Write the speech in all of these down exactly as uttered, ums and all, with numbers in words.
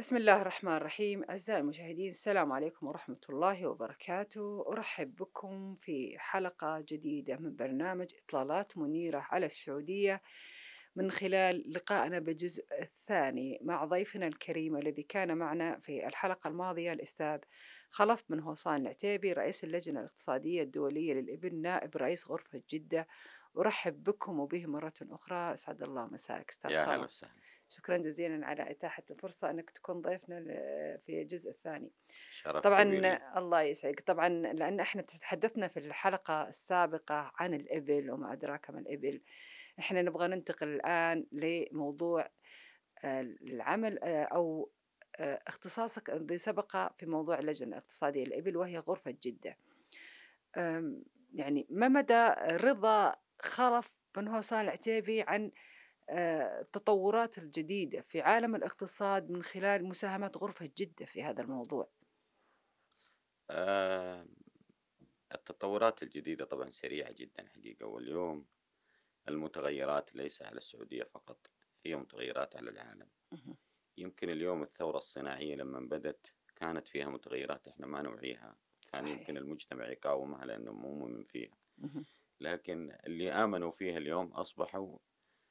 بسم الله الرحمن الرحيم. أعزائي المشاهدين، السلام عليكم ورحمة الله وبركاته. أرحب بكم في حلقة جديدة من برنامج إطلالات منيرة على السعودية، من خلال لقائنا بالجزء الثاني مع ضيفنا الكريم الذي كان معنا في الحلقة الماضية، الأستاذ خلف بن هوسان العتيبي، رئيس اللجنة الاقتصادية الدولية للإبل، نائب رئيس غرفة جدة. أرحب بكم وبه مرة أخرى. أسعد الله مساك أستاذ يا هلا خلف. وسهلا. شكرا جزيلا على إتاحة الفرصة أنك تكون ضيفنا ل- في الجزء الثاني. شرف طبعا كبير لي. الله يسعدك. طبعا لأن احنا تحدثنا في الحلقة السابقة عن الإبل وما أدراك ما الإبل. احنا نبغى ننتقل الآن لموضوع آه، العمل آه، أو آه، اختصاصك الذي سبق في موضوع اللجنة الاقتصادية للإبل، وهي غرفة جدة. أم، يعني ما مدى رضا خلف بن هوسان العتيبي عن آه، التطورات الجديدة في عالم الاقتصاد من خلال مساهمة غرفة جدة في هذا الموضوع؟ آه التطورات الجديدة طبعا سريعة جدا حقيقة، واليوم المتغيرات ليس على السعودية فقط، هي متغيرات على العالم. مهم. يمكن اليوم الثورة الصناعية لما بدت كانت فيها متغيرات احنا ما نوعيها، كان يمكن صحيح. المجتمع يقاومها لأنه مو مؤمن فيها، مهم. لكن اللي آمنوا فيها اليوم أصبحوا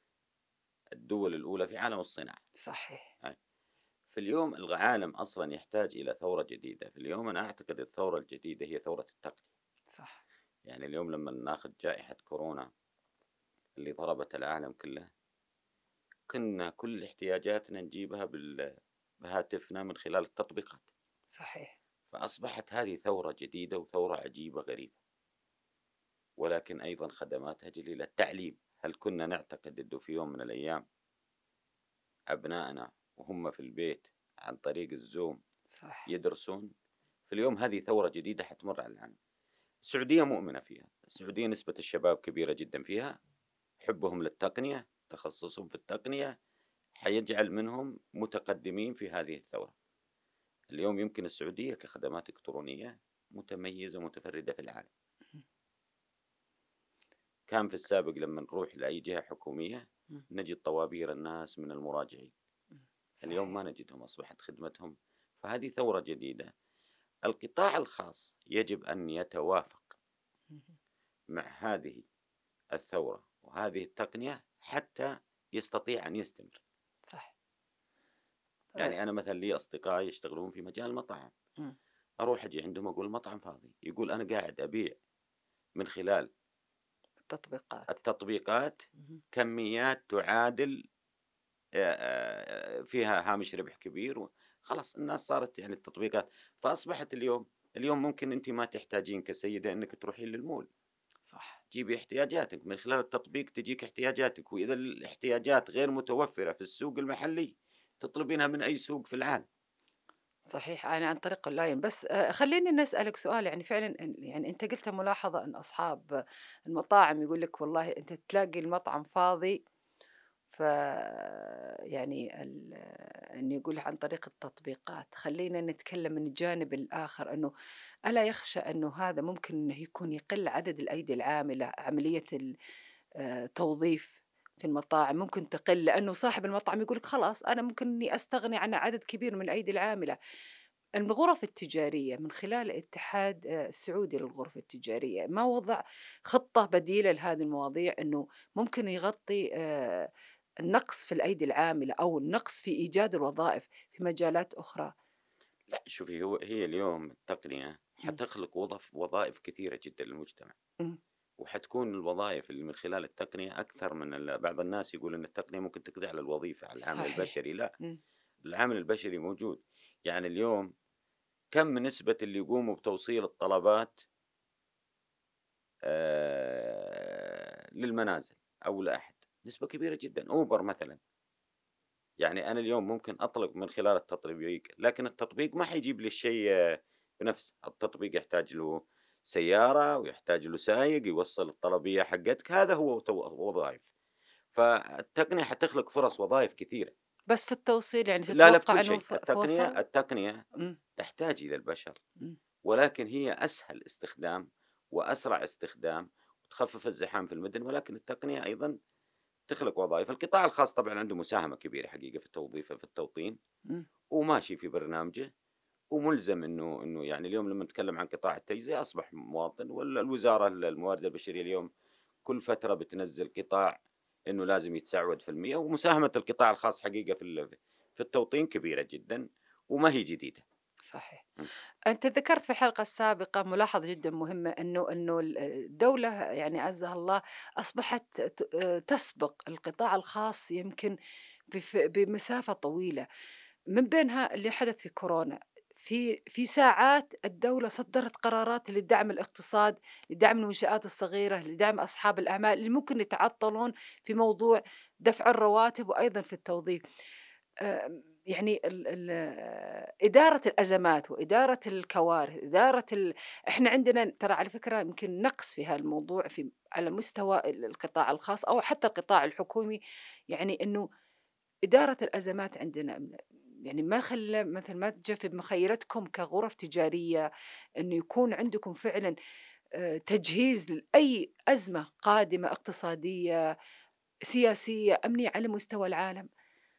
الدول الأولى في عالم الصناعة. صحيح. هاي. في اليوم العالم أصلا يحتاج إلى ثورة جديدة. في اليوم أنا أعتقد الثورة الجديدة هي ثورة التقنية. صح. يعني اليوم لما ناخذ جائحة كورونا اللي ضربت العالم كله، كنا كل احتياجاتنا نجيبها بال- بهاتفنا من خلال التطبيقات. صحيح. فأصبحت هذه ثورة جديدة وثورة عجيبة غريبة، ولكن أيضا خدماتها جليلة. التعليم، هل كنا نعتقد أنه في يوم من الأيام أبنائنا وهم في البيت عن طريق الزوم صح. يدرسون؟ في اليوم هذه ثورة جديدة حتمر على العالم. السعودية مؤمنة فيها، السعودية نسبة الشباب كبيرة جدا فيها، حبهم للتقنية، تخصصهم في التقنية حيجعل منهم متقدمين في هذه الثورة. اليوم يمكن السعودية كخدمات إلكترونية متميزة متفردة في العالم. مهم. كان في السابق لما نروح لأي جهة حكومية مهم. نجد طوابير الناس من المراجعين، مهم. اليوم ما صحيح. نجدهم، أصبحت خدمتهم. فهذه ثورة جديدة. القطاع الخاص يجب أن يتوافق مهم. مع هذه الثورة وهذه التقنية حتى يستطيع أن يستمر. صح. آه، يعني أنا مثلا لي أصدقاء يشتغلون في مجال المطاعم، مم. أروح أجي عندهم أقول المطعم فاضي، يقول أنا قاعد أبيع من خلال التطبيقات. التطبيقات مهم. كميات تعادل آه، آه، فيها هامش ربح كبير و- خلاص الناس صارت يعني التطبيقات. فأصبحت اليوم اليوم ممكن أنت ما تحتاجين كسيدة أنك تروحين للمول، صح. تجيبي احتياجاتك من خلال التطبيق، تجيك احتياجاتك، وإذا الاحتياجات غير متوفرة في السوق المحلي تطلبينها من أي سوق في العالم. صحيح، أنا عن طريق اللاين. بس آه، خليني نسألك سؤال. يعني فعلا إن- يعني أنت قلت ملاحظة أن أصحاب المطاعم يقول لك والله أنت تلاقي المطعم فاضي. ف يعني ال إنه يقول عن طريق التطبيقات. خلّينا نتكلم من الجانب الآخر، إنه ألا يخشى إنه هذا ممكن إنه يكون يقل عدد الأيدي العاملة، عملية ال آآ توظيف في المطاعم ممكن تقل، لأنه صاحب المطعم يقول لك خلاص أنا ممكن إني أستغني عن عدد كبير من الأيدي العاملة. الغرف التجارية من خلال الاتحاد آآ السعودي للغرف التجارية، ما وضع خطة بديلة لهذه المواضيع، إنه ممكن يغطي آآ النقص في الأيدي العاملة أو النقص في إيجاد الوظائف في مجالات أخرى؟ لا شوفي، هو هي اليوم التقنية إمم. حتخلق وظف وظائف كثيرة جدا للمجتمع، إمم. وحتكون الوظائف اللي من خلال التقنية أكثر من ال- بعض الناس يقول أن التقنية ممكن تقضي على الوظيفة، على العامل صحيح. البشري. لا، إمم. العامل البشري موجود. يعني اليوم كم من نسبة اللي يقوموا بتوصيل الطلبات آه، للمنازل أو لأحد؟ نسبة كبيرة جدا. أوبر مثلا، يعني أنا اليوم ممكن أطلب من خلال التطبيق، لكن التطبيق ما حيجيب لي الشيء آه، بنفسه. التطبيق يحتاج له سيارة ويحتاج له سايق يوصل الطلبية حقتك، هذا هو تو- وظائف. فالتقنية حتخلق فرص وظائف كثيرة. بس في التوصيل يعني لا لا، في تتوقع كل إنه شيء ف التقنية فوصل؟ التقنية إمم. تحتاج إلى البشر، إمم. ولكن هي أسهل استخدام وأسرع استخدام وتخفف الزحام في المدن. ولكن التقنية أيضا تخلق وظائف. القطاع الخاص طبعًا عنده مساهمة كبيرة حقيقة في توظيفه في التوطين، إمم. وماشي في برنامجه، وملزم إنه إنه يعني اليوم لمّا نتكلم عن قطاع التجزئة أصبح مواطن، وال الوزارة ال الموارد البشرية اليوم كل فترة بتنزّل قطاع إنه لازم يتسعود في المِيَّة، ومساهمة القطاع الخاص حقيقة في ال في التوطين كبيرة جدًا وما هي جديدة. صحيح. إمم. أنت ذكرت في الحلقة السابقة ملاحظة جدًا مهمة إنه إنه ال الدولة يعني عزّها الله أصبحت ت آآ تسبق القطاع الخاص يمكن بف بمسافة طويلة، من بينها اللي حدث في كورونا. في في ساعات الدولة صدّرت قرارات لدعم الاقتصاد، لدعم المنشآت الصغيرة، لدعم أصحاب الأعمال اللي ممكن يتعطلون في موضوع دفع الرواتب وأيضًا في التوظيف. آمم، يعني ال ال إدارة الأزمات وإدارة الكوارث، إدارة ال إحنا عندنا ترى على فكرة يمكن نقص في هالموضوع في على مستوى ال القطاع الخاص أو حتى القطاع الحكومي، يعني إنه إدارة الأزمات عندنا م يعني ما خلّى مثل ما جا في بمخيلتكم كغرف تجارية إنه يكون عندكم فعلًا آآ تجهيز لأي أزمة قادمة اقتصادية، سياسية، أمنية على مستوى العالم.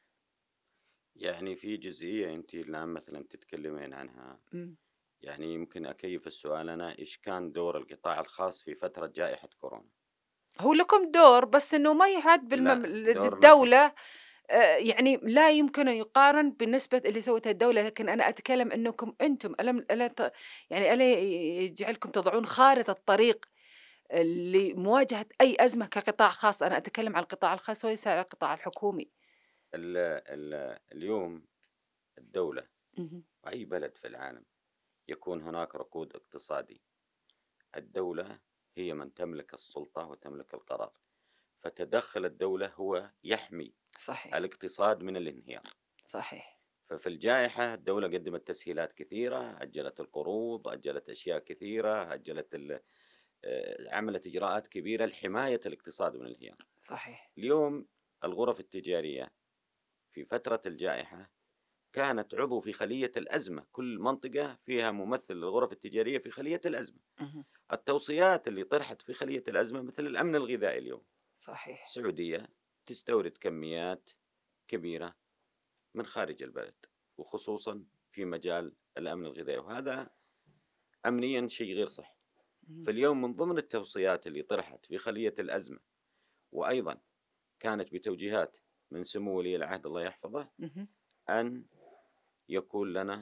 يعني في جزئية أنتِ الآن مثلًا تتكلمين عنها، إمم. يعني يمكن أكيّف السؤال أنا، إيش كان دور القطاع الخاص في فترة جائحة كورونا؟ هو لكم دور، بس إنه ما يُعَد بالمم لأ، ل دورنا ك للدولة. آآ يعني لا يمكن أن يُقارن بالنسبة اللي سوتها الدولة، لكن أنا أتكلم إنكم أنتم ألم ألا ت يعني ألا ي يجعلكم تضعون خارطة طريق لمواجهة أي أزمة كقطاع خاص. أنا أتكلم عن القطاع الخاص وليس على القطاع الحكومي. ال ال اليوم الدولة اهم. وأي بلد في العالم يكون هناك ركود اقتصادي، الدولة هي من تملك السلطة وتملك القرار، فتدخل الدولة هو يحمي صحيح. الاقتصاد من الانهيار. صحيح. ففي الجائحة الدولة قدمت تسهيلات كثيرة، أجلت القروض، أجلت أشياء كثيرة، أجلت ال آآ، عملت إجراءات كبيرة لحماية الاقتصاد من الانهيار. صحيح. اليوم الغرف التجارية في فترة الجائحة كانت عضو في خلية الأزمة، كل منطقة فيها ممثل للغرف التجارية في خلية الأزمة. اهم. التوصيات اللي طرحت في خلية الأزمة مثل الأمن الغذائي اليوم، صحيح. السعودية تستورد كميات كبيرة من خارج البلد، وخصوصًا في مجال الأمن الغذائي، وهذا أمنيًا شيء غير صحي. اهم. فاليوم من ضمن التوصيات اللي طرحت في خلية الأزمة، وأيضًا كانت بتوجيهات من سمو ولي العهد الله يحفظه، اهم. أن يكون لنا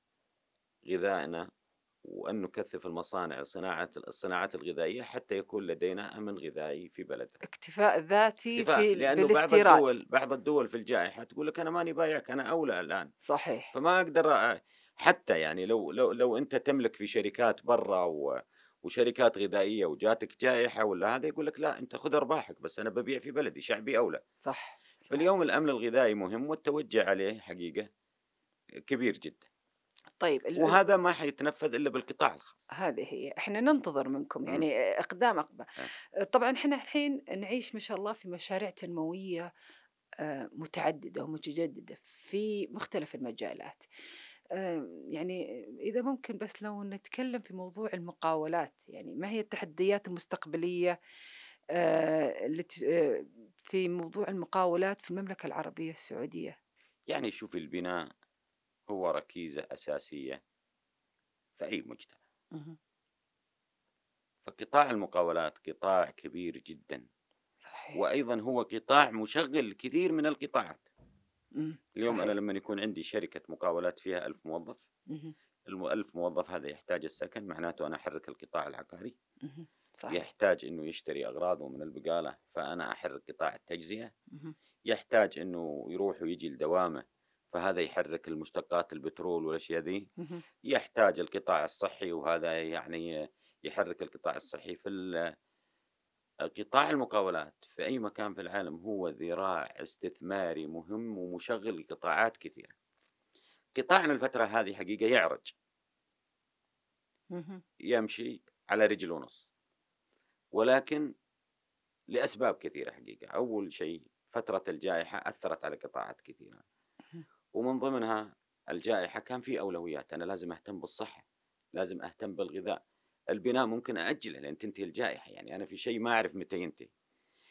غذائنا، وأن نكثّف المصانع صناعة الصناعات الغذائية حتى يكون لدينا أمن غذائي في بلدنا. اكتفاء ذاتي اكتفاء، في ال لأنه بعض بالاستيراد. الدول بعض الدول في الجائحة تقول لك أنا ماني بايعك، أنا أولى الآن، صحيح. فما أقدر أ حتى يعني لو لو لو أنت تملك في شركات برّا و وشركات غذائية وجاتك جائحة والّا هذا، يقول لك لأ أنت خذ أرباحك، بس أنا بابيع في بلدي، شعبي أولى. صح. صح. فاليوم الأمن الغذائي مهم والتوجه عليه حقيقة كبير جدًا، طيب ال ال وهذا ما حيتنفّذ إلا بالقطاع الخاص. هذه هي، إحنا ننتظر منكم إمم. يعني إقدام أقب آه. طبعًا إحنا الحين نعيش ما شاء الله في مشاريع تنموية آآ متعددة ومتجددة في مختلف المجالات. آآ يعني إذا ممكن بس لو نتكلم في موضوع المقاولات، يعني ما هي التحديات المستقبلية آآ التي آآ في موضوع المقاولات في المملكة العربية السعودية؟ يعني شوفي البناء هو ركيزة أساسية في أي مجتمع، اهم. فقطاع المقاولات قطاع كبير جدًا، صحيح. وأيضًا هو قطاع مشغّل الكثير من القطاعات. إمم. اليوم أنا صحيح. لمّن يكون عندي شركة مقاولات فيها ألف موظف، اهم. الم ألف موظف هذا يحتاج السكن، معناته أنا أحرّك القطاع العقاري، اهم. صحيح. يحتاج إنه يشتري أغراضه من البقالة، فأنا أحرّك قطاع التجزئة، اهم. يحتاج إنه يروح ويجي لدوامه، فهذا يحرّك المشتقات البترول والأشياء ذي، اهم. يحتاج القطاع الصحي وهذا يعني يحرّك القطاع الصحي. في ال قطاع المقاولات في أي مكان في العالم هو ذراع استثماري مهم ومشغّل لقطاعات كثيرة. قطاعنا الفترة هذه حقيقة يعرج، اهم. يمشي على رجل ونص، ولكن لأسباب كثيرة حقيقة. أول شيء فترة الجائحة أثّرت على قطاعات كثيرة، اهم. ومن ضمنها الجائحة كان في أولويات، أنا لازم أهتم بالصحة، لازم أهتم بالغذاء، البناء ممكن أأجله لين تنتهي الجائحة، يعني أنا في شيء ما أعرف متى ينتهي.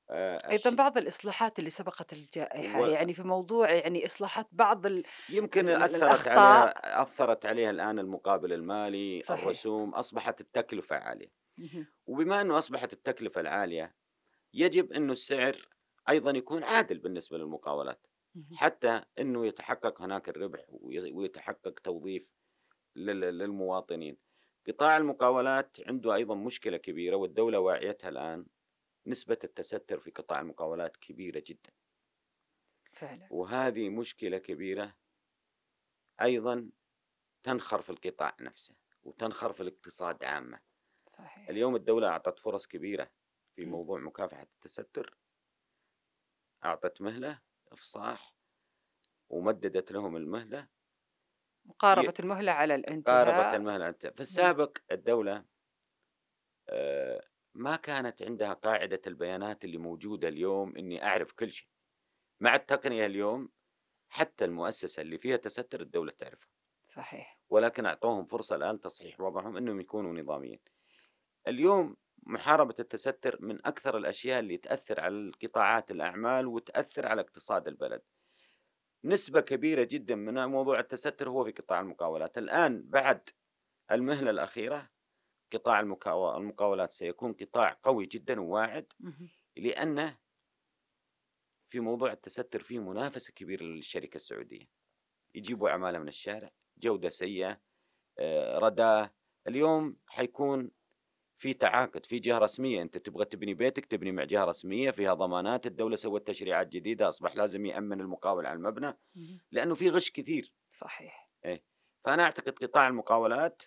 آآ أيضًا الش بعض الإصلاحات اللي سبقت الجائحة، و يعني في موضوع يعني إصلاحات بعض ال يمكن ال ال أثّرت الأخطاء. عليها أثّرت عليها الآن المقابل المالي، صحيح. الرسوم، أصبحت التكلفة عالية. اهم. وبما إنه أصبحت التكلفة العالية، يجب إنه السعر أيضًا يكون عادل بالنسبة للمقاولات، اهم. حتى إنه يتحقق هناك الربح وي ويتحقق توظيف لل للمواطنين. قطاع المقاولات عنده أيضًا مشكلة كبيرة والدولة واعيتها الآن، نسبة التستر في قطاع المقاولات كبيرة جدًا، فعلًا. وهذه مشكلة كبيرة أيضًا تنخر في القطاع نفسه، وتنخر في الاقتصاد عامةً. صحيح. اليوم الدولة أعطت فرص كبيرة في إمم. موضوع مكافحة التستر، أعطت مهلة، إفصاح، ومدّدت لهم المهلة. ي مقاربة المهلة على قاربت الانتهاء. المهلة أنت في إمم. السابق الدولة آآ ما كانت عندها قاعدة البيانات اللي موجودة اليوم إني أعرف كل شيء. مع التقنية اليوم حتى المؤسسة اللي فيها تستر الدولة تعرفها، صحيح. ولكن أعطوهم فرصة الآن تصحيح وضعهم إنهم يكونوا نظاميين. اليوم محاربة التستر من أكثر الأشياء اللي تأثّر على القطاعات الأعمال وتأثّر على اقتصاد البلد. نسبة كبيرة جدًا من موضوع التستر هو في قطاع المقاولات. الآن بعد المهلة الأخيرة قطاع المكاو المقاولات سيكون قطاع قوي جدًا وواعد، اهم. لأنه في موضوع التستر فيه منافسة كبيرة للشركة السعودية. يجيبوا عمالة من الشارع، جودة سيئة، آآ رداء. اليوم حيكون في تعاقد، في جهة رسمية، أنت تبغى تبني بيتك تبني مع جهة رسمية فيها ضمانات، الدولة سوت تشريعات جديدة أصبح لازم يأمن المقاول على المبنى، اهم. لأنه في غش كثير. صحيح. إيه، فأنا أعتقد قطاع المقاولات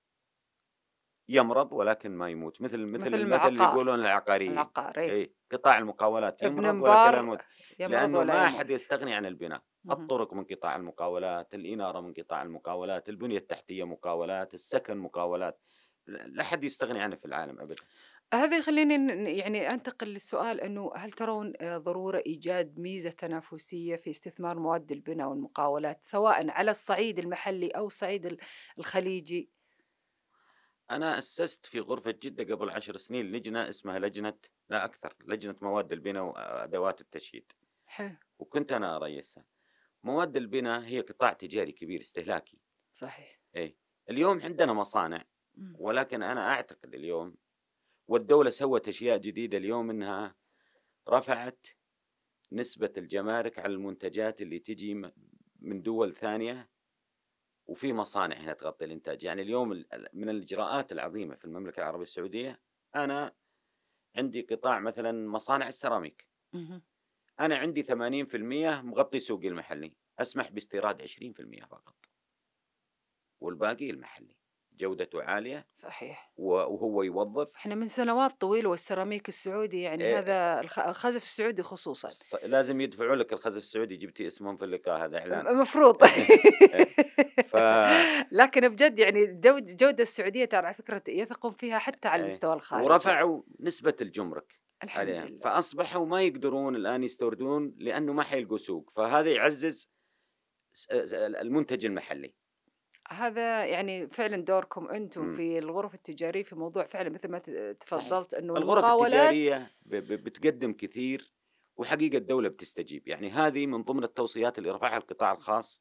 يمرض ولكن ما يموت، مثل مثل مثل المثل اللي العقار. يقولون العقاريين. العقار، إيه. إيه، قطاع المقاولات ابن يمرض ولكن لا مبار يموت، يمرض لأنه ولا ما أحد يموت. يستغني عن البناء. اهم. الطرق من قطاع المقاولات، الإنارة من قطاع المقاولات، البنية التحتية مقاولات، السكن مقاولات، ل لا أحد يستغني عنه في العالم أبدًا. هذا يخلّيني ن ن يعني أنتقل للسؤال إنه هل ترون آآ ضرورة إيجاد ميزة تنافسية في استثمار مواد البناء والمقاولات، سواء على الصعيد المحلي أو الصعيد ال الخليجي؟ أنا أسست في غرفة جدة قبل عشر سنين لجنة اسمها لجنة لا أكثر، لجنة مواد البناء وأدوات التشييد، حلو. وكنت أنا أرئيسها. مواد البناء هي قطاع تجاري كبير استهلاكي. صحيح. إيه، اليوم عندنا مصانع، إمم. ولكن أنا أعتقد اليوم والدولة سوت أشياء جديدة اليوم إنها رفعت نسبة الجمارك على المنتجات اللي تجي م من دول ثانية، وفي مصانع هنا تغطي الإنتاج. يعني اليوم ال ال من الإجراءات العظيمة في المملكة العربية السعودية، أنا عندي قطاع مثلًا مصانع السيراميك، اهم. أنا عندي ثمانين بالمئة مغطي سوقي المحلي، أسمح باستيراد عشرين بالمئة فقط، والباقي المحلي، جودته عالية صحيح. و وهو يوظّف. إحنا من سنوات طويلة والسيراميك السعودي يعني آآ هذا الخ الخزف السعودي خصوصًا. ص لازم يدفعوا لك الخزف السعودي، جبتِ اسمهم في اللقاء هذا إعلان. م مفروض. إيه، ف لكن بجد يعني الدو الجودة السعودية ترى على فكرة يثقون فيها حتى على إيه، المستوى الخارجي. ورفعوا نسبة الجمرك الحمد عليها، لله. فأصبحوا ما يقدرون الآن يستوردون لأنه ما حيلقوا سوق، فهذا يعزّز س س المنتج المحلي. هذا يعني فعلًا دوركم أنتم إمم، في الغرف التجارية في موضوع فعلًا مثل ما ت صحيح. تفضلت إنه الغرف المقاولات. التجارية ب ب بتقدّم كثير، وحقيقة الدولة بتستجيب. يعني هذه من ضمن التوصيات اللي رفعها القطاع الخاص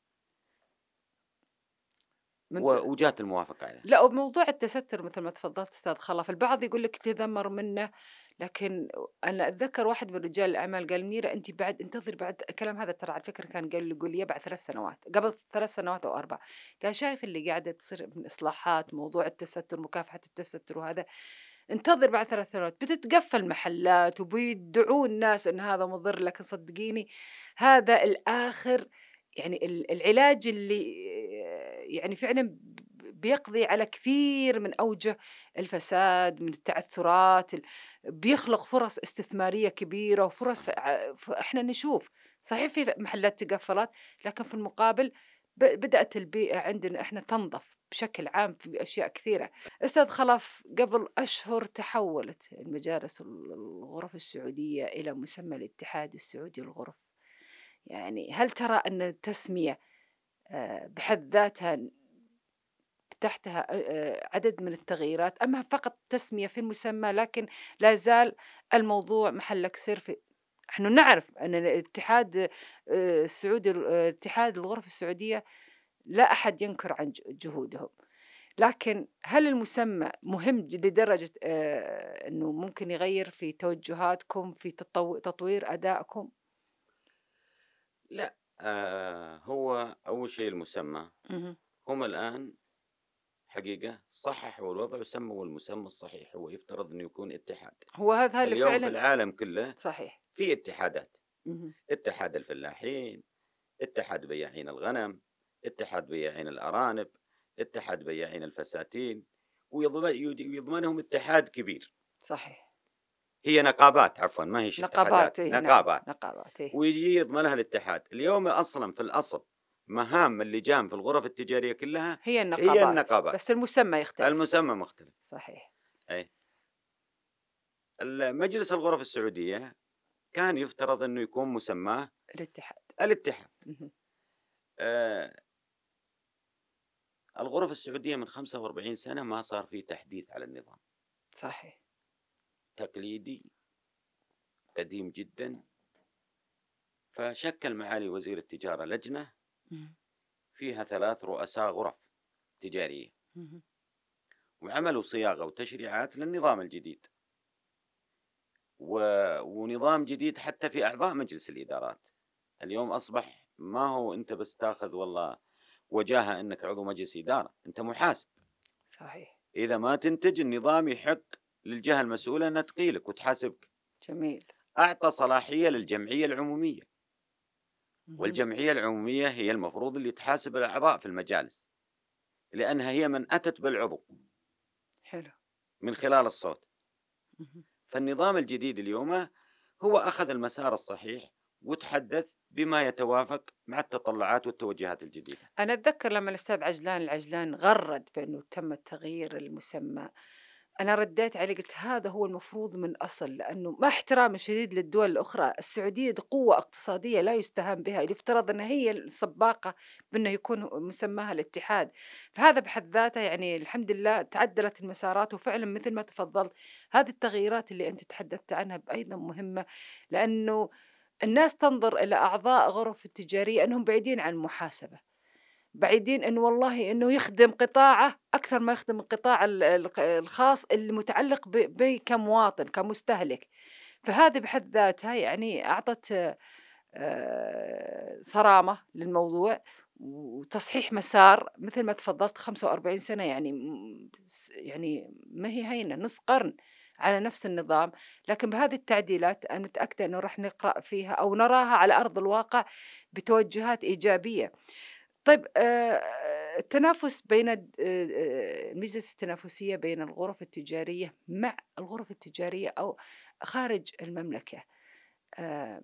من و وجات الموافقة عليها. لأ، وبموضوع التستر مثل ما تفضلت أستاذ خلف، البعض يقول لِك تذمر منه، لكن أنا أتذكر واحد من رجال الأعمال قال: "منيرة أنتِ بعد انتظري بعد" الكلام هذا ترى على فكرة كان قال يقول لي إياه بعد ثلاث سنوات، قبل ثلاث سنوات أو أربع. قال: "شايف اللي قاعدة تصير من إصلاحات موضوع التستر، مكافحة التستر وهذا، انتظر بعد ثلاث سنوات بتتقفل محلات وبيدعون الناس إن هذا مضر، لكن صدقيني هذا الآخر يعني ال العلاج اللي يعني فعلًا ب بيقضي على كثير من أوجه الفساد، من التعثُّرات، ال بيخلق فرص استثمارية كبيرة وفرص صحيح. ع فإحنا نشوف صحيح في ف محلات تقفّلت، لكن في المقابل ب بدأت البيئة عندنا إحنا تنضف بشكل عام في أشياء كثيرة. أستاذ خلف، قبل أشهر تحوّلت المجالس ال الغرف السعودية إلى مسمى الاتحاد السعودي للغرف. يعني هل ترى أن التسمية آآ بحد ذاتها تحتها آآ عدد من التغييرات، أم فقط تسمية في المسمى، لكن لا زال الموضوع محلّك سر في. نحن نعرف أن الاتحاد آآ السعودي ال آآ اتحاد الغرف السعودية لا أحد ينكر عن ج جهودهم، لكن هل المسمى مهم لدرجة آآ إنه ممكن يغيّر في توجهاتكم في تطو تطوير أدائكم؟ لأ، آآ هو أول شيء المسمى، اهم. هم الآن حقيقة صححوا الوضع وسموا المسمى الصحيح، هو يفترض إنه يكون اتحاد. هو هذا اللي اليوم في فعلًا العالم كله صحيح. في اتحادات، اهم. اتحاد الفلاحين، اتحاد بياعين الغنم، اتحاد بياعين الأرانب، اتحاد بياعين الفساتين، ويضم يد يضمنهم اتحاد كبير. صحيح. هي نقابات عفوًا ما هيش اتحادات، نقابات، إيه نعم، نقابات. نقابات، إيه. ويجي يضمنها الاتحاد. اليوم أصلًا في الأصل مهام اللجان في الغرف التجارية كلها هي هي النقابات، النقابات، بس المسمى يختلف. المسمى مختلف. صحيح. أي. ال مجلس الغرف السعودية كان يفترض إنه يكون مسماه الاتحاد. الاتحاد. اهم. آآ الغرف السعودية من خمسة وأربعين سنة ما صار في تحديث على النظام، صحيح. تقليدي قديم جدًا. فشكّل معالي وزير التجارة لجنة اهم. فيها ثلاث رؤساء غرف تجارية، اهم. وعملوا صياغة وتشريعات للنظام الجديد. و... ونظام جديد حتى في أعضاء مجلس الإدارات. اليوم أصبح ما هو أنت بس تاخذ والله وجاهة أنك عضو مجلس إدارة، أنت محاسب. صحيح. إذا ما تنتج النظام يحق للجهة المسؤولة أنها تقيلك وتحاسبك. جميل. أعطى صلاحية للجمعية العمومية، اهم. والجمعية العمومية هي المفروض اللي تحاسب الأعضاء في المجالس، لأنها هي من أتت بالعضو حلو. من خلال الصوت. اهم. فالنظام الجديد اليوم هو أخذ المسار الصحيح وتحدث بما يتوافق مع التطلعات والتوجهات الجديدة. أنا أتذكر لمّا الأستاذ عجلان العجلان غرّد بأنه تم تغيير المسمى، أنا رديت عليه قُلت هذا هو المفروض من أصل، لأنه مع احترامي الشديد للدول الأخرى، السعودية دي قوة اقتصادية لا يُستهان بها، يفترض أنها هي السباقة بأنه يكون مسماها الاتحاد، فهذا بحد ذاته يعني الحمد لله تعدّلت المسارات، وفعلًا مثل ما تفضّلت هذه التغييرات اللي أنتِ تحدثتِ عنها ب أيضًا مهمة، لأنه الناس تنظر إلى أعضاء غرف التجارية أنهم بعيدين عن المحاسبة. بعيدين إنه والله إنه يخدم قطاعه أكثر ما يخدم القطاع ال الق الخاص اللي متعلق ب بي كمواطن، كمستهلك، فهذه بحد ذاتها يعني أعطت آآ صرامة للموضوع، وتصحيح مسار مثل ما تفضلت خمسة وأربعين سنة يعني م س يعني ما هي هينة، نص قرن على نفس النظام، لكن بهذه التعديلات أنا متأكدة إنه راح نقرأ فيها أو نراها على أرض الواقع بتوجهات إيجابية. طيب آآ التنافس بين الد آآ الميزة التنافسية بين الغرف التجارية مع الغرف التجارية أو خارج المملكة، آآ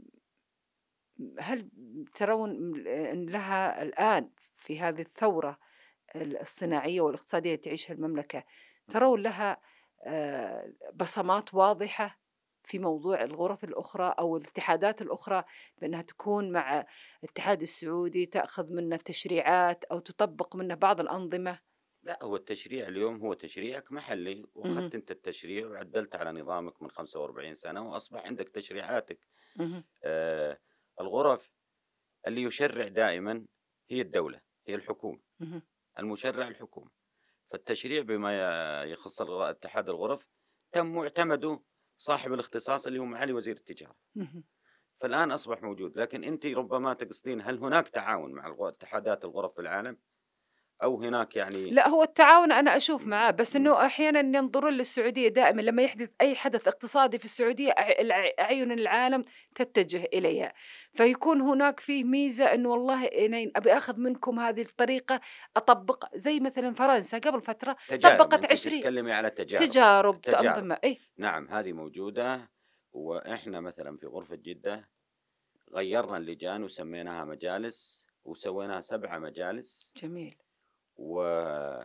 هل ترون م أن لها الآن في هذه الثورة ال الصناعية والاقتصادية التي تعيشها المملكة، ترون لها آآ بصمات واضحة في موضوع الغرف الأخرى أو الاتحادات الأخرى بأنها تكون مع الاتحاد السعودي تأخذ منه تشريعات أو تطبق منه بعض الأنظمة؟ لا، هو التشريع اليوم هو تشريعك محلي، اهم. وأخذت أنت التشريع وعدلت على نظامك من خمسة وأربعين سنة وأصبح عندك تشريعاتك. اهم. آه الغرف اللي يشرع دائما هي الدولة، هي الحكومة، اهم. المشرع الحكومة. فالتشريع بما ي- يخص الغ- اتحاد الغرف تم معتمده صاحب الاختصاص اللي هو معالي وزير التجارة. اهم. فالآن أصبح موجود، لكن أنتِ ربما تقصدين هل هناك تعاون مع الغ اتحادات الغرف في العالم؟ أو هناك يعني لأ، هو التعاون أنا أشوف إمم، معاه، بس إمم، إنه أحيانًا ينظرون للسعودية دائمًا لمّا يحدث أي حدث اقتصادي في السعودية أع الع أعين العالم تتجه إليها، فيكون هناك فيه ميزة إنه والله أنا أبي آخذ منكم هذه الطريقة أطبّق زي مثلًا فرنسا قبل فترة تجارب، طبّقت أنتِ عشرين تتكلمي على تجارب، تجارب تجارب، أنظمة إيه. نعم هذه موجودة. وإحنا مثلًا في غرفة جدة غيّرنا اللجان وسميناها مجالس وسويناها سبع مجالس، جميل. وحددنا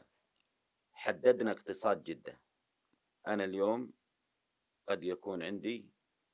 اقتصاد جدة. أنا اليوم قد يكون عندي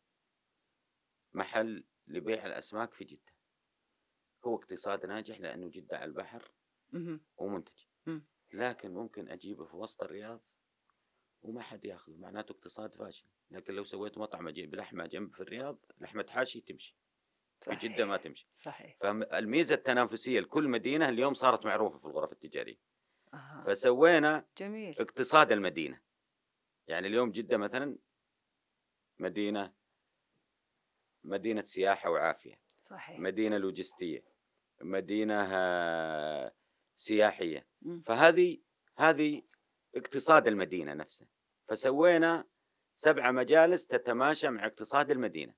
محل لبيع الأسماك في جدة، هو اقتصاد ناجح لأنه جدة على البحر اهم. ومنتج. إمم. لكن ممكن أجيبه في وسط الرياض وما حد ياخذه، معناته اقتصاد فاشل. لكن لو سويت مطعم أجيب لحمة جنب في الرياض، لحمة حاشي تمشي، في جدة ما صحيح، تمشي. صحيح. فالميزة التنافسية لكل مدينة اليوم صارت معروفة في الغرف التجارية، أها، فسوينا جميل. اقتصاد المدينة. يعني اليوم جدة مثلًا مدينة مدينة سياحة وعافية، صحيح. مدينة لوجستية، مدينة آه، سياحية. إمم. فهذه هذه اقتصاد المدينة نفسه. فسوينا سبع مجالس تتماشى مع اقتصاد المدينة.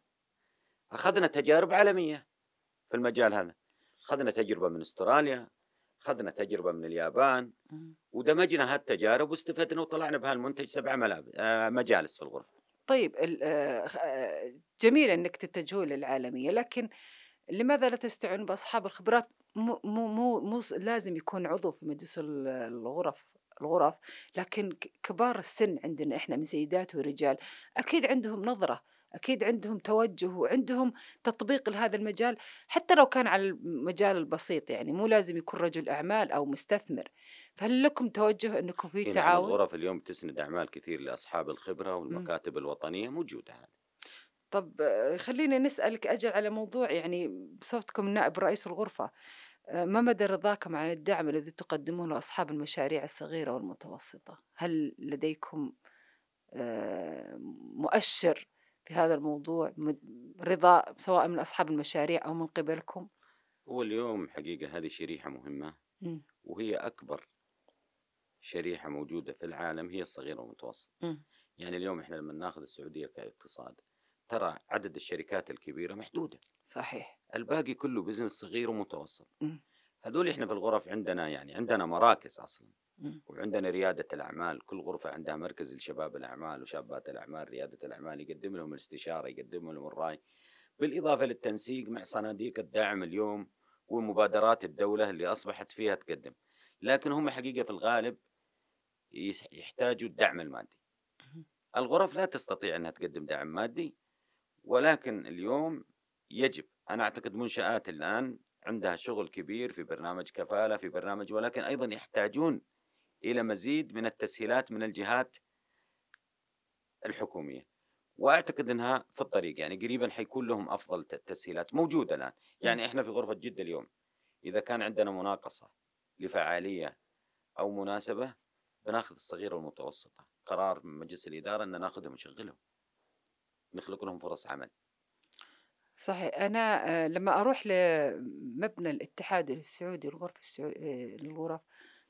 أخذنا تجارب عالمية في المجال هذا، أخذنا تجربة من أستراليا، أخذنا تجربة من اليابان، إمم. ودمجنا هالتجارب واستفدنا وطلعنا بهالمنتج سبع ملاب آآ مجالس في الغرفة. طيب ال آآ خ آآ جميل إنِّك تتجهون للعالمية، لكن لماذا لا تستعينوا بأصحاب الخبرات؟ مو مو مو مو ص لازم يكون عضو في مجلس ال الغرف الغرف، لكن ك كبار السن عندنا إحنا من سيدات ورجال، أكيد عندهم نظرة، أكيد عندهم توجه وعندهم تطبيق لهذا المجال، حتى لو كان على المجال البسيط يعني مو لازم يكون رجل أعمال أو مستثمر، فهل لكم توجه إنكم في إي نعم، تعاون؟ الغرف اليوم تسند أعمال كثير لأصحاب الخبرة، إمم. والمكاتب الوطنية موجودة هذه. طب آه، خلّيني نسألِك أجل على موضوع يعني بصفتكم نائب رئيس الغرفة، آآ ما مدى رضاكم عن الدعم الذي تقدمونه لأصحاب المشاريع الصغيرة والمتوسطة؟ هل لديكم آآ مؤشر في هذا الموضوع مد رضا سواء من أصحاب المشاريع أو من قبلكم؟ هو اليوم حقيقة هذه شريحة مهمة، إمم. وهي أكبر شريحة موجودة في العالم هي الصغير والمتوسط. إمم. يعني اليوم إحنا لما ناخذ السعودية كاقتصاد، ترى عدد الشركات الكبيرة محدودة، صحيح. الباقي كله بزنس صغير ومتوسط. إمم. هذول إحنا في الغرف عندنا يعني عندنا مراكز أصلا، إمم. وعندنا ريادة الأعمال. كل غرفة عندها مركز لشباب الأعمال وشابات الأعمال، ريادة الأعمال يقدم لهم الاستشارة، يقدم لهم الرأي، بالإضافة للتنسيق مع صناديق الدعم اليوم ومبادرات الدولة اللي أصبحت فيها تقدم. لكن هم حقيقة في الغالب يس- يحتاجوا الدعم المادي. اهم. الغرف لا تستطيع أنها تقدم دعم مادي، ولكن اليوم يجب، أنا أعتقد منشآت الآن عندها شغل كبير في برنامج كفالة، في برنامج، ولكن أيضا يحتاجون إلى مزيد من التسهيلات من الجهات الحكومية. وأعتقد أنها في الطريق، يعني قريبا حيكون لهم أفضل ت- التسهيلات موجودة الآن. إمم. يعني إحنا في غرفة جدة اليوم إذا كان عندنا مناقصة لفعالية أو مناسبة، بناخذ الصغيرة والمتوسطة، قرار من مجلس الإدارة أن ناخذهم ونشغلهم، نخلق لهم فرص عمل. صحيح. أنا آآ لمّا أروح لمبنى الاتحاد السعودي الغرف السعو آآ الغرف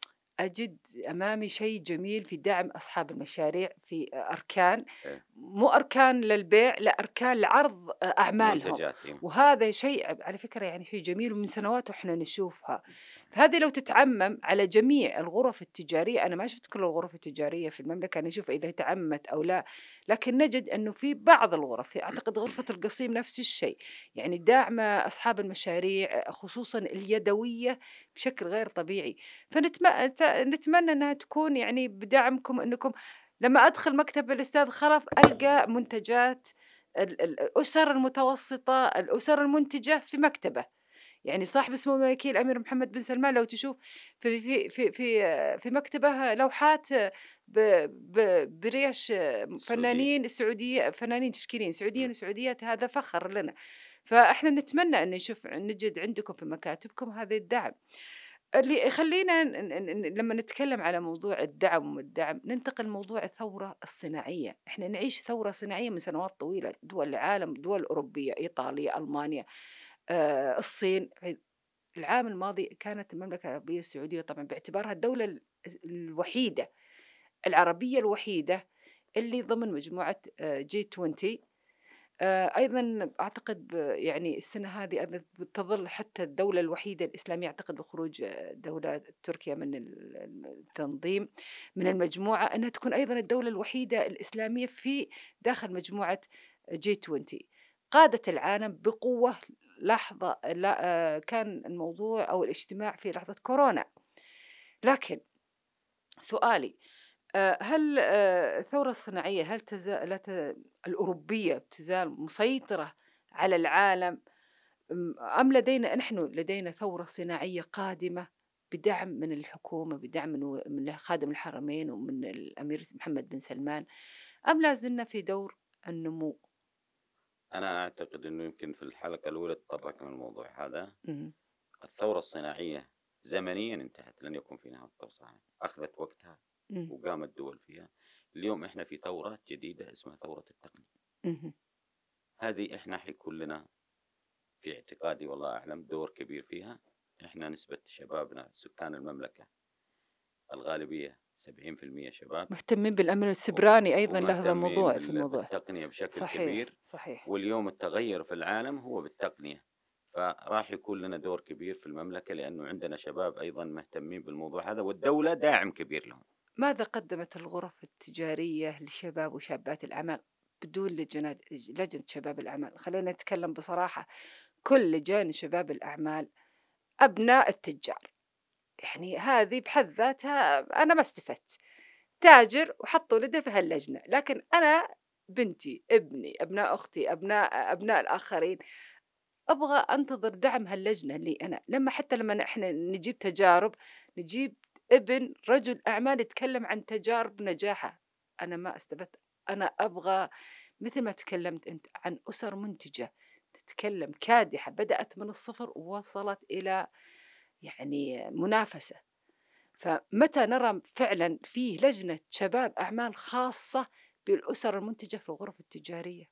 أجد أمامي شيء جميل في دعم أصحاب المشاريع في أركان، إيه، مو أركان للبيع، لأ أركان لعرض أ أعمالهم، منتجات إيه. وهذا شيء ع على فكرة يعني شيء جميل ومن سنوات وإحنا نشوفها، فهذه لو تتعمم على جميع الغرف التجارية، أنا ما شُفت كل الغرف التجارية في المملكة، نشوف إذا تعمّت أو لا، لكن نجد إنه في بعض الغرف، أعتقد غرفة القصيم نفس الشيء، يعني داعمة أصحاب المشاريع خصوصًا اليدوية بشكل غير طبيعي. فنتم ت نتمنى إنها تكون يعني بدعمكم إنكم لمّا أدخل مكتب الأستاذ خلف ألقى منتجات ال ال الأسر المتوسطة، الأسر المنتجة في مكتبه، يعني صاحب سمو الملكية الأمير محمد بن سلمان لو تشوف في في في في في مكتبه لوحات ب ب بريش السعودية. فنانين سعودية فنانين تشكيليين سعوديين وسعوديات هذا فخر لنا، فإحنا نتمنى إن نشوف نجد عندكم في مكاتبكم هذا الدعم. اللي يخلّينا ن ن ن لمّا نتكلّم على موضوع الدعم والدعم، ننتقل لموضوع الثورة الصناعية، إحنا نعيش ثورة صناعية من سنوات طويلة، دول العالم، دول أوروبية، إيطاليا، ألمانيا، آآ الصين، ع العام الماضي كانت المملكة العربية السعودية طبعًا باعتبارها الدولة ال الوحيدة العربية الوحيدة اللي ضمن مجموعة آآ جي عشرين آآ أيضًا أعتقد ب يعني السنة هذه أيضًا بتظل حتى الدولة الوحيدة الإسلامية أعتقد بخروج آه، دولة تركيا من ال الم التنظيم من المجموعة، أنها تكون أيضًا الدولة الوحيدة الإسلامية في داخل مجموعة جي عشرين قادت العالم بقوة لحظة لا آآ كان الموضوع أو الاجتماع في لحظة كورونا، لكن سؤالي آآ هل آآ الثورة الصناعية هل تزا لا ت الأوروبية تزال مسيطرة على العالم، م أم لدينا نحن لدينا ثورة صناعية قادمة بدعم من الحكومة، بدعم من و من خادم الحرمين ومن الأمير محمد بن سلمان، أم لا زلنا في دور النمو؟ أنا أعتقد إنه يمكن في الحلقة الأولى تطرقنا للموضوع هذا. اهم، الثورة الصناعية زمنيًا انتهت، لن يكون في نهاية ثورة صناعية، أخذت وقتها إمم، وقامت دول فيها. اليوم إحنا في ثورة جديدة اسمها ثورة التقنية. اهم، هذه إحنا حيكون لنا في اعتقادي والله أعلم دور كبير فيها. إحنا نسبة شبابنا سكان المملكة الغالبية سبعين في المئة شباب، مهتمين بالأمن و السيبراني أيضًا له ومهتمين موضوع في بال الموضوع. بالتقنية بشكل صحيح، كبير. صحيح. واليوم التغير في العالم هو بالتقنية، فراح يكون لنا دور كبير في المملكة لأنه عندنا شباب أيضًا مهتمين بالموضوع هذا، والدولة داعم كبير لهم. ماذا قدمت الغرف التجارية لشباب وشابات الأعمال بدون لجنات لجنة شباب الأعمال؟ خلينا نتكلم بصراحة، كل لجان شباب الأعمال أبناء التجار، يعني هذه بحد ذاتها أنا ما استفدت، تاجر وحطوا ولده في هاللجنة، لكن أنا بنتي، ابني، أبناء أختي، أبناء أبناء الآخرين، أبغى أنتظر دعم هاللجنة لي أنا، لما حتى لما إحنا نجيب تجارب نجيب ابن رجل أعمال يتكلم عن تجارب نجاحه، أنا ما استفدت، أنا أبغى مثل ما تكلمت أنت عن أسر منتجة تتكلم كادحة بدأت من الصفر ووصلت إلى يعني منافسة، فمتى نرى فعلا فيه لجنة شباب أعمال خاصة بالأسر المنتجة في الغرف التجارية؟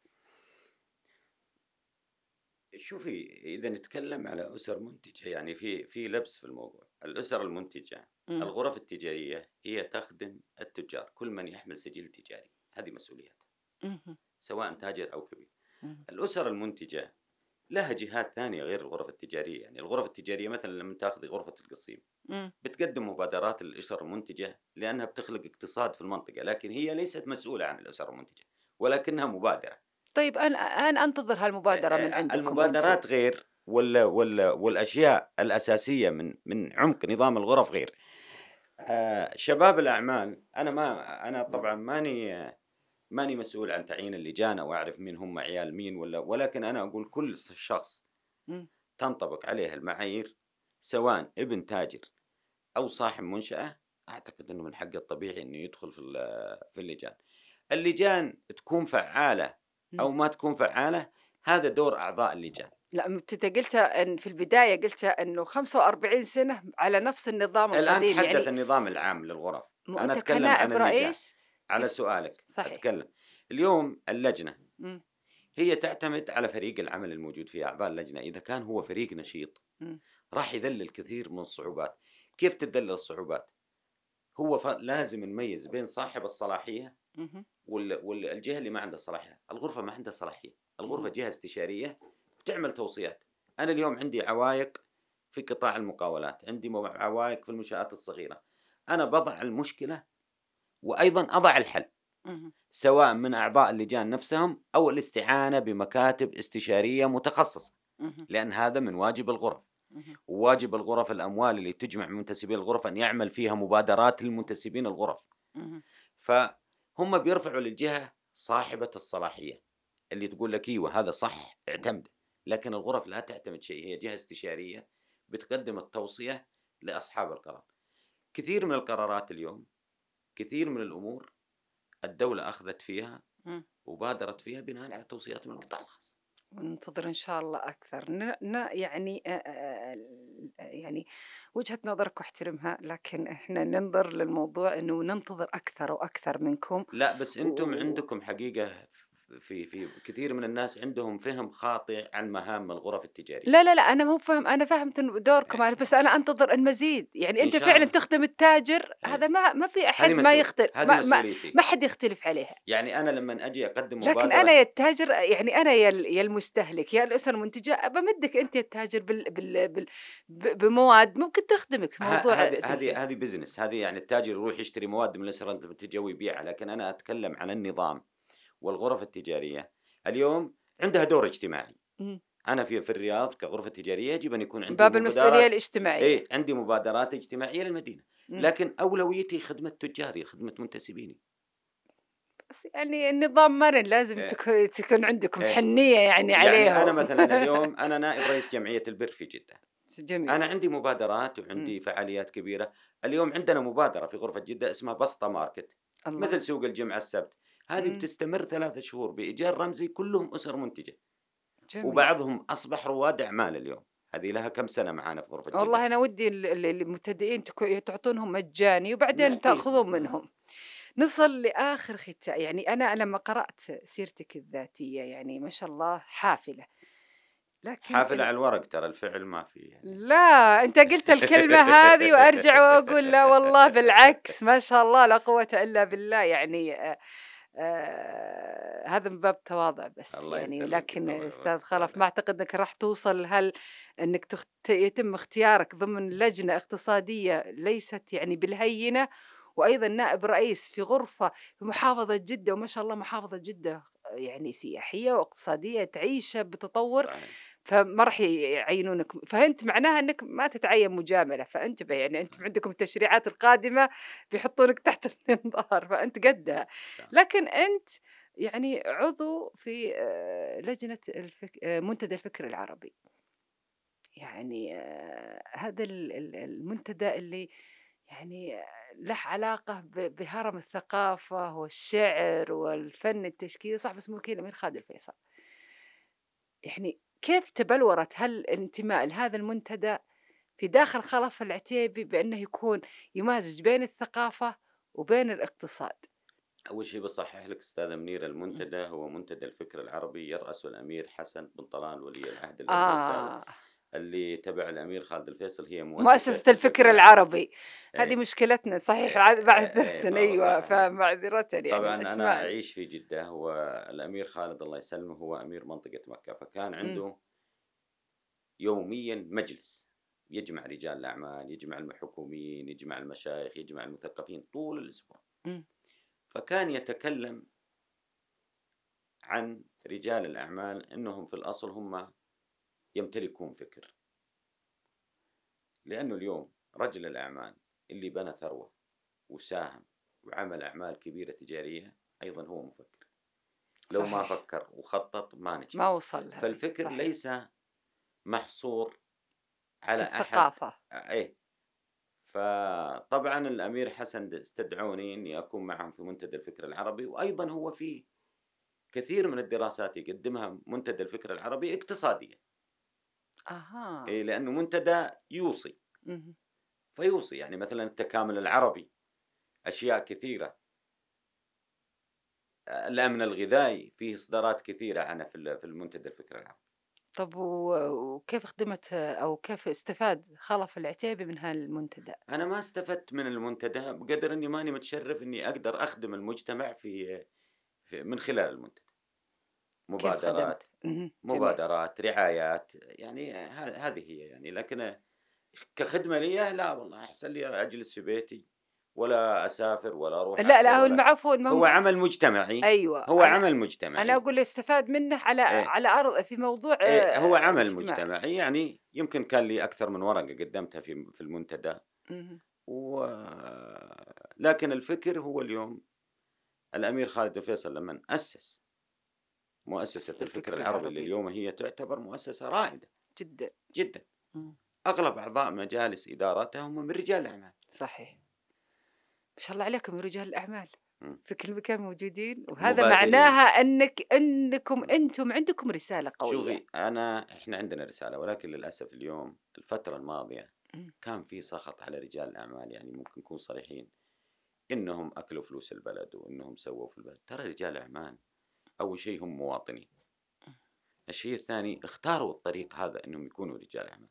شوفي، إذا نتكلم على أسر منتجة يعني في في لبس في الموضوع. الأسر المنتجة، مم. الغرف التجارية هي تخدم التجار، كل من يحمل سجل تجاري، هذه مسؤوليتها، مهم. سواء تاجر أو كبير. مهم. الأسر المنتجة لها جهات ثانية غير الغرف التجارية. يعني الغرف التجارية مثلًا لمّا تاخذي غرفة القصيم، مم. بتقدم مبادرات للأسر المنتجة لأنها بتخلق اقتصاد في المنطقة، لكن هي ليست مسؤولة عن الأسر المنتجة، ولكنها مبادرة. طيب أنا أنا أنتظر هالمبادرة من آآ عندكم أنتم. المبادرات غير، وال وال والأشياء الأساسية من من عمق نظام الغرف غير. آآ شباب الأعمال، أنا ما أنا طبعًا ماني ماني مسؤول عن تعيين اللجان أو أعرف مين هم عيال مين ولا، ولكن أنا أقول كل س شخص إمم، تنطبق عليه المعايير، سواء ابن تاجر أو صاحب منشأة، أعتقد إنه من حقه الطبيعي إنه يدخل في ال في اللجان. اللجان تكون فعّالة إمم. أو ما تكون فعّالة، هذا دور أعضاء اللجان. لأ م أنت قُلت إن في البداية قُلت إنه خمسة وأربعين سنة على نفس النظام الآن القديم، تحدث يعني النظام العام للغرف، مو أنا أنت أتكلم عن كنائب اللجان. رئيس على كيف ت سؤالِك صحيح. أتكلم. اليوم اللجنة إمم، هي تعتمد على فريق العمل الموجود فيها، أعضاء اللجنة إذا كان هو فريق نشيط إمم، راح يذلل كثير من الصعوبات. كيف تتذلل الصعوبات؟ هو ف لازم نميّز بين صاحب الصلاحية اهم، وال وال الجهة اللي ما عندها صلاحية. الغرفة ما عندها صلاحية، الغرفة اهم، جهة استشارية بتعمل توصيات. أنا اليوم عندي عوايق في قطاع المقاولات، عندي مو عوايق في المنشآت الصغيرة، أنا باضع المشكلة وأيضًا أضع الحل، اهم، سواء من أعضاء اللجان نفسهم أو الاستعانة بمكاتب استشارية متخصصة، اهم، لأن هذا من واجب الغرف. اهم، وواجب الغرف الأموال اللي تجمع من منتسبين الغرف أن يعمل فيها مبادرات للمنتسبين الغرف. اهم، فهم بيرفعوا للجهة صاحبة الصلاحية اللي تقول لك أيوه هذا صح اعتمده، لكن الغرف لا تعتمد شيء، هي جهة استشارية بتقدم التوصية لأصحاب القرار. كثير من القرارات اليوم، كثير من الأمور الدولة أخذت فيها إمم. وبادرت فيها بناءً على توصيات من القطاع الخاص. وننتظر إن شاء الله أكثر. ن ن يعني آآ آآ ال يعني وجهة نظرك أحترمها، لكن إحنا ننظر للموضوع إنه ننتظر أكثر وأكثر منكم. لأ، بس أنتم و عندكم حقيقة ف في في كثير من الناس عندهم فهم خاطئ عن مهام الغرف التجارية. لا، لا، لأ، أنا مو فاهم أنا فهمت إن دوركم آآ أنا، بس أنا أنتظر المزيد، يعني إن أنت شاء فعلًا الله. تخدم التاجر إيه، هذا ما ما في هذه أحد ما مسؤول يختل هذه ما ما مسؤوليتي. ما حد يختلف عليها. يعني أنا لمّن أجي أقدّم لكن أنا مبادرة، يا التاجر يعني أنا يا ال يا المستهلك يا الأسرة المنتجة بامدِّك أنت يا التاجر بال بال بال ب بمواد ممكن تخدمك في ه موضوع هذه هذه تلك. هذه business، هذه يعني التاجر يروح يشتري مواد من الأسرة المنتجة ويبيعها، لكن أنا أتكلم عن النظام والغرف التجارية. اليوم عندها دور اجتماعي. إمم. أنا في في الرياض كغرفة تجارية يجب أن يكون من عندي باب المسؤولية مبادرات. الاجتماعية. إيه، عندي مبادرات اجتماعية للمدينة، إمم. لكن أولويتي خدمة تجاري، خدمة منتسبيني. بس يعني النظام مرن لازم آآ، تك تكون عندكم إيه، حنيّة يعني يعني أنا عليهم. مثلًا اليوم أنا نائب رئيس جمعية البر في جدة. جميل. أنا عندي مبادرات إمم. وعندي فعاليات كبيرة. اليوم عندنا مبادرة في غرفة جدة اسمها بسطة ماركت، الله. مثل سوق الجمعة السبت. هذه إمم. بتستمر ثلاثة شهور بإيجار رمزي، كلهم أسر منتجة، جميل. وبعضهم أصبح رواد أعمال اليوم. هذه لها كم سنة معانا في غرفة جدة. والله أنا ودي ال ال المبتدئين تك تعطونهم مجاني لا وبعدين أكيد. تأخذون ما منهم. نصل لآخر ختام، يعني أنا لمّا قرأت سيرتِك الذاتية يعني ما شاء الله حافلة، لكن حافل ال على الورق، ترى الفعل ما في يعني. لا، أنت قُلت الكلمة هذه وأرجع وأقول لا والله بالعكس ما شاء الله لا قوة إلا بالله يعني آآ آآ هذا من باب التواضع بس الله يعني، يسلمك، لكن الله يبارك أستاذ خلف ما سعادة. أعتقد إنك راح توصل هل إنك تخت يتم اختيارك ضمن لجنة اقتصادية ليست يعني بالهينة، وأيضًا نائب رئيس في غرفة في محافظة جدة، وما شاء الله محافظة جدة يعني سياحية واقتصادية تعيش بتطور، صحيح. فما راح يعينونك، فأنت معناها إنك ما تتعين مجاملة، فانتبه يعني أنتم عندكم التشريعات القادمة بيحطونك تحت الإنظار، فأنت قدها، لكن أنت يعني عضو في آآ لجنة الفك آآ منتدى الفكر العربي، يعني آآ هذا ال ال المنتدى اللي يعني آه، له علاقة ب بهرم الثقافة والشعر والفن التشكيلي، صح باسمه كذا الأمير خالد الفيصل. يعني كيف تبلورت هالانتماء لهذا المنتدى في داخل خلف العتيبي بأنه يكون يمازج بين الثقافة وبين الاقتصاد؟ أول شيء بصحح لك أستاذة منيرة، إمم. المنتدى هو منتدى الفكر العربي، يرأسه الأمير حسن بن طلال ولي العهد الأول السابق، آه، اللي تبع الأمير خالد الفيصل، هي مؤسسة مؤسسة الفكر الفكر العربي. العربي، هذه أي. مشكلتنا صحيح آآ عاد آآ بعد إيه، ما أيوه، باصحّح لِك. فمعذرةً يعني طبعًا أنا الأسماء ال أعيش في جدة، والأمير خالد الله يسلمه هو أمير منطقة مكة، فكان إمم. عنده يوميًا مجلس يجمع رجال الأعمال، يجمع الحكوميين، يجمع المشايخ، يجمع المثقفين طول الأسبوع. إمم. فكان يتكلم عن رجال الأعمال إنهم في الأصل هم يمتلكون فكر. لأنه اليوم رجل الأعمال اللي بنى ثروة وساهم وعمل أعمال كبيرة تجارية أيضًا هو مفكر. لو ما صحيح، فكر وخطط ما ما نجح. وصل هذه، فالفكر صحيح، ليس محصور على في أحد. الثقافة. إيه. فطبعًا الأمير حسن د استدعوني إني أكون معهم في منتدى الفكر العربي، وأيضًا هو في كثير من الدراسات يقدمها منتدى الفكر العربي اقتصادية. أها. إيه، لأنه منتدى يوصي، اهم. فيوصي يعني مثلًا التكامل العربي، أشياء كثيرة. آآ الأمن الغذائي، فيه إصدارات كثيرة عنها في ال في المنتدى الفكر العربي. طب و وكيف خدمت أو كيف استفاد خلف العتيبي من هالمنتدى؟ أنا ما استفدت من المنتدى بقدر إني ماني متشرف إني أقدر أخدم المجتمع في في من خلال المنتدى. كيف مبادرات، خدمت؟ اهم. جميل. مبادرات، رعايات، يعني ه هذه هي يعني. لكن كخدمة ليّا لا والله، أحسن لي أجلس في بيتي، ولا أسافر ولا أروح لأ، لأ، أحضر هو ولا. المعفو ما هو هم عمل مجتمعي، أيوه، هو أنا عمل أنا مجتمعي. أقول استفاد منه على إيه. على أرض في موضوع إيه، هو آآ عمل الاجتماعي. مجتمعي، يعني يمكن كان لي أكثر من ورقة قدّمتها في في المنتدى. اهم. و لكن الفكر هو اليوم الأمير خالد الفيصل لمن أسس مؤسسة مؤسسة الفكر الفكر العربي، اللي العربي. اليوم هي تعتبر مؤسسة رائدة جدًا. جدًا. إمم. أغلب أعضاء مجالس إدارتها هم من رجال الأعمال. صحيح. ما شاء الله عليكم يا رجال الأعمال، إمم. في كل مكان موجودين، وهذا مبادرين. معناها أنك أنكم إمم. أنتم عندكم رسالة قوية. شوفي، أنا إحنا عندنا رسالة، ولكن للأسف اليوم الفترة الماضية إمم. كان في سخط على رجال الأعمال، يعني ممكن نكون صريحين، إنهم أكلوا فلوس البلد وإنهم سووا في البلد. ترى رجال الأعمال أول شيء هم مواطنين. الشيء الثاني اختاروا الطريق هذا إنهم يكونوا رجال أعمال.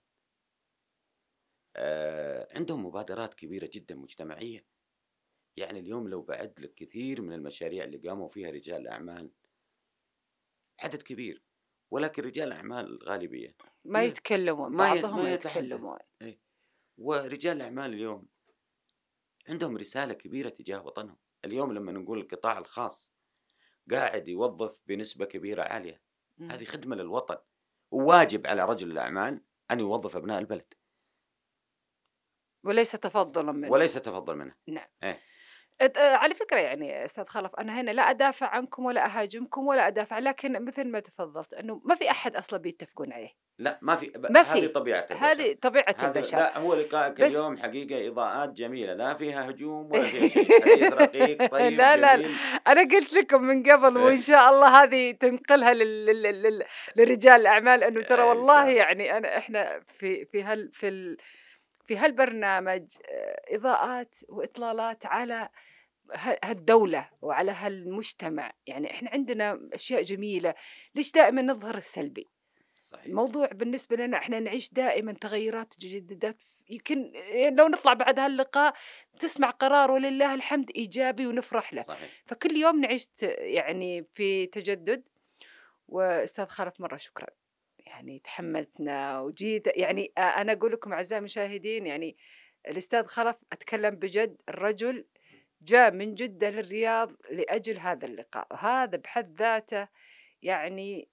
آآ عندهم مبادرات كبيرة جدًا مجتمعية. يعني اليوم لو باعد لك كثير من المشاريع اللي قاموا فيها رجال الأعمال، عدد كبير، ولكن رجال الأعمال الغالبية ما ي يتكلمون، ما ي بعضهم ما ما يتحدث. يتكلمون. إيه. ورجال الأعمال اليوم عندهم رسالة كبيرة تجاه وطنهم. اليوم لمّا نقول القطاع الخاص قاعد يوظّف بنسبة كبيرة عالية، إمم. هذه خدمة للوطن، وواجب على رجل الأعمال أن يوظّف أبناء البلد، وليس تفضُّلًا منه. وليس تفضُّل منه. نعم. إيه. ات آآ على فكرة يعني أستاذ خلف، أنا هنا لا أدافع عنكم ولا أهاجمكم ولا أدافع، لكن مثل ما تفضّلت إنه ما في أحد أصلًا بيتفقون عليه، لأ ما في ب ما هذه في، طبيعة البشر، هذه طبيعة هذه البشر. لأ هو لقائك بس اليوم حقيقة إضاءات جميلة، لا فيها هجوم ولا فيها شيء، حديث رقيق طيب لا، لا، لا، جميل. أنا قُلت لكم من قبل وإن شاء الله هذه تنقلها لل لل لل لرجال الأعمال، إنه ترى إن والله شاء الله. يعني أنا إحنا في في هال في ال في هالبرنامج آآ إضاءات وإطلالات على ه هالدولة وعلى هالمجتمع، يعني إحنا عندنا أشياء جميلة، ليش دائمًا نظهر السلبي؟ صحيح، الموضوع بالنسبة لنا إحنا نعيش دائمًا تغيرات وتجديدات، يمكن لو نطلع بعد هاللقاء تسمع قرار ولله الحمد إيجابي ونفرح له، صحيح. فكل يوم نعيش ت يعني في تجدد. وأستاذ خلف مرة شكرًا، يعني تحمّلتنا وجيت يعني أ أنا أقول لكم أعزائي المشاهدين يعني الأستاذ خلف أتكلم بجد، الرجل جاء من جدة للرياض لأجل هذا اللقاء، وهذا بحد ذاته يعني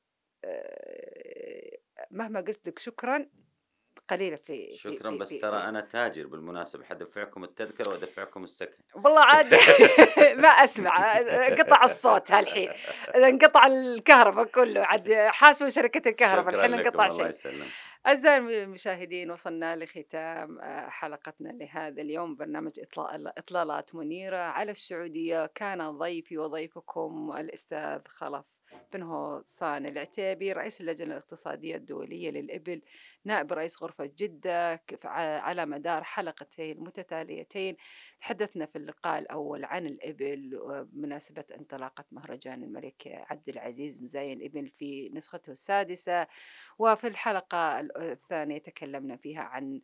آآ مهما قُلت لِك شكرًا قليلة في في شكرًا، في بس في ترى في أنا تاجر بالمناسبة، حادفعكم التذكرة وأدفعكم السكن. والله عاد ما أسمع، انقطع الصوت هالحين، انقطع الكهربا كلّه، عاد حاسبة شركة الكهربا شكرًا الحين انقطع لكم، الله شيء. يسلمك. أعزائي الم المشاهدين، وصلنا لختام آآ حلقتنا لهذا اليوم، برنامج إطلا إطلالات منيرة على السعودية. كان ضيفي وضيفكم الأستاذ خلف بن هوسان العتيبي، رئيس اللجنة الاقتصادية الدولية للإبل، نائب رئيس غرفة جدة. كف ع على مدار حلقتين متتاليتين تحدثنا في اللقاء الأول عن الإبل وبمناسبة انطلاقة مهرجان الملك عبد العزيز مزايا الإبل في نسخته السادسة، وفي الحلقة ال الثانية تكلمنا فيها عن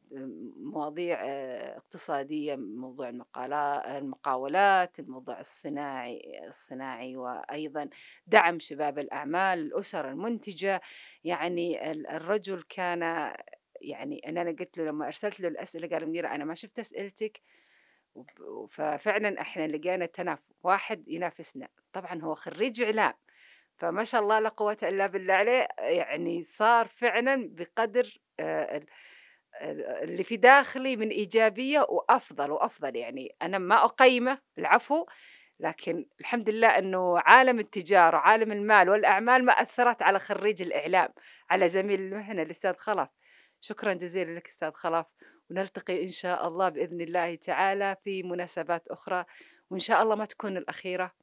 مواضيع آآ اقتصادية، موضوع المقالا المقاولات، الموضوع الصناعي الصناعي، وأيضًا دعم شباب الأعمال، الأسر المنتجة. يعني ال الرجل كان يعني إن أنا قُلت له لمّا أرسلت له الأسئلة قال: "مديرة أنا ما شُفت أسئلتِك." وب ففعلًا إحنا لقينا تنافس، واحد ينافسنا، طبعًا هو خريج إعلام. فما شاء الله لا قوة إلا بالله عليه، يعني صار فعلًا بقدر آآ ال ال اللي في داخلي من إيجابية وأفضل وأفضل، يعني أنا ما أقيّمه العفو، لكن الحمد لله إنه عالم التجارة وعالم المال والأعمال ما أثّرت على خريج الإعلام، على زميل المهنة الأستاذ خلف. شكرًا جزيلًا لك أستاذ خلف، ونلتقي إن شاء الله بإذن الله تعالى في مناسبات أخرى، وإن شاء الله ما تكون الأخيرة.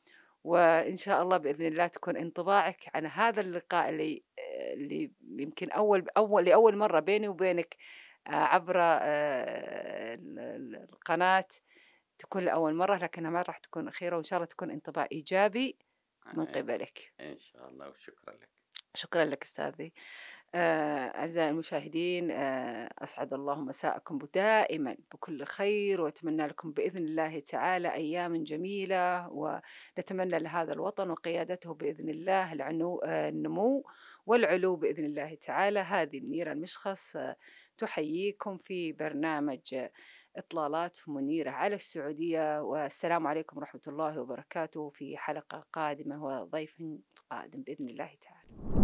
وإن شاء الله بإذن الله تكون انطباعِك عن هذا اللقاء اللي آآ اللي يمكن أول أول لأول مرّة بيني وبينِك آآ عبر آآ ال ال القناة، تكون لأول مرّة، لكنها ما راح تكون أخيرة، وإن شاء الله تكون انطباع إيجابي من آآ قبلِك. إن شاء الله وشكرًا لك. شكرًا لك أستاذي. آآ أعزائي المشاهدين، آآ أسعد الله مساءكم دائمًا بكل خير، وأتمنى لكم بإذن الله تعالى أيامًا جميلة، ونتمنى لهذا الوطن وقيادته بإذن الله العنو آآ النمو والعلو بإذن الله تعالى. هذه منيرة المشخص آه، تحييكم في برنامج آه، إطلالات منيرة على السعودية، والسلام عليكم ورحمة الله وبركاته في حلقة قادمة وضيف قادم بإذن الله تعالى.